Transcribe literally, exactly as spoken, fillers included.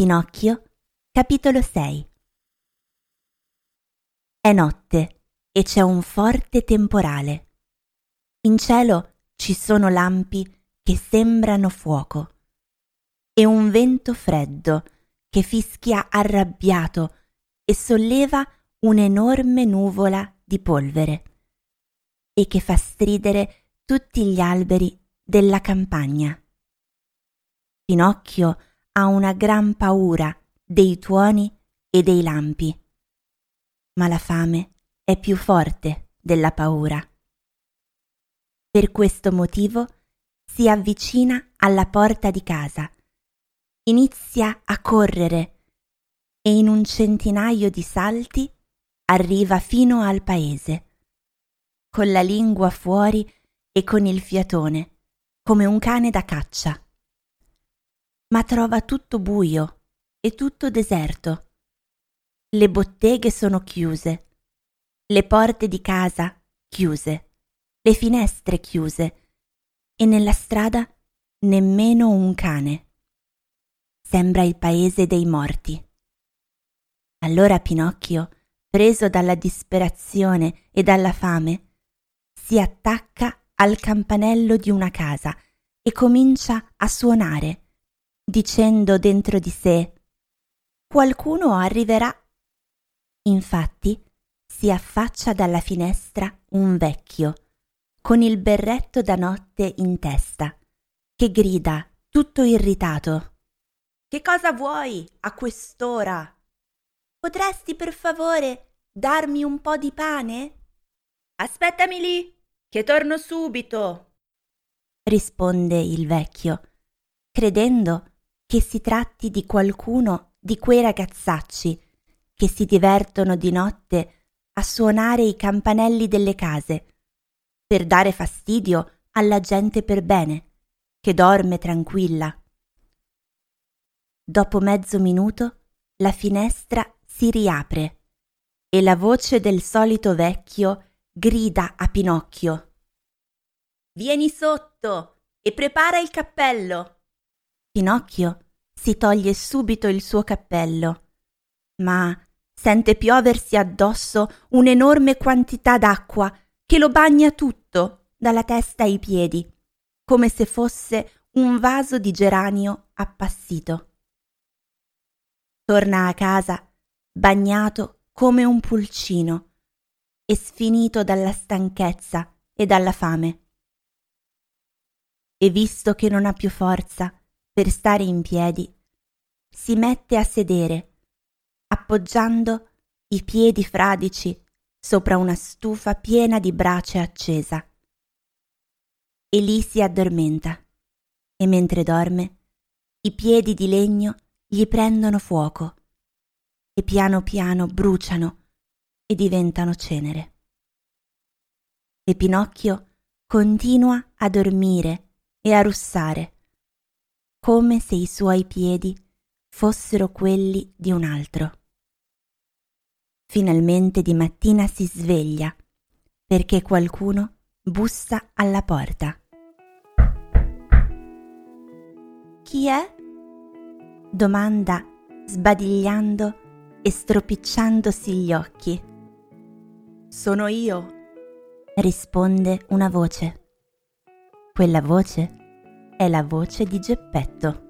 Pinocchio, capitolo sei. È notte e c'è un forte temporale. In cielo ci sono lampi che sembrano fuoco e un vento freddo che fischia arrabbiato e solleva un'enorme nuvola di polvere e che fa stridere tutti gli alberi della campagna. Pinocchio ha una gran paura dei tuoni e dei lampi, ma la fame è più forte della paura. Per questo motivo si avvicina alla porta di casa, inizia a correre e in un centinaio di salti arriva fino al paese, con la lingua fuori e con il fiatone, come un cane da caccia. Ma trova tutto buio e tutto deserto. Le botteghe sono chiuse, le porte di casa chiuse, le finestre chiuse e nella strada nemmeno un cane. Sembra il paese dei morti. Allora Pinocchio, preso dalla disperazione e dalla fame, si attacca al campanello di una casa e comincia a suonare, dicendo dentro di sé: qualcuno arriverà. Infatti si affaccia dalla finestra un vecchio con il berretto da notte in testa, che grida tutto irritato: che cosa vuoi a quest'ora? Potresti per favore darmi un po' di pane? Aspettami lì, che torno subito, risponde il vecchio, credendo che si tratti di qualcuno di quei ragazzacci che si divertono di notte a suonare i campanelli delle case per dare fastidio alla gente per bene, che dorme tranquilla. Dopo mezzo minuto la finestra si riapre e la voce del solito vecchio grida a Pinocchio: vieni sotto e prepara il cappello. Pinocchio si toglie subito il suo cappello, ma sente pioversi addosso un'enorme quantità d'acqua che lo bagna tutto, dalla testa ai piedi, come se fosse un vaso di geranio appassito. Torna a casa bagnato come un pulcino e sfinito dalla stanchezza e dalla fame. E visto che non ha più forza per stare in piedi, si mette a sedere, appoggiando i piedi fradici sopra una stufa piena di brace accesa. E lì si addormenta, e mentre dorme, i piedi di legno gli prendono fuoco e piano piano bruciano e diventano cenere. E Pinocchio continua a dormire e a russare, come se i suoi piedi fossero quelli di un altro. Finalmente di mattina si sveglia perché qualcuno bussa alla porta. Chi è? Domanda sbadigliando e stropicciandosi gli occhi. Sono io, risponde una voce. Quella voce è la voce di Geppetto.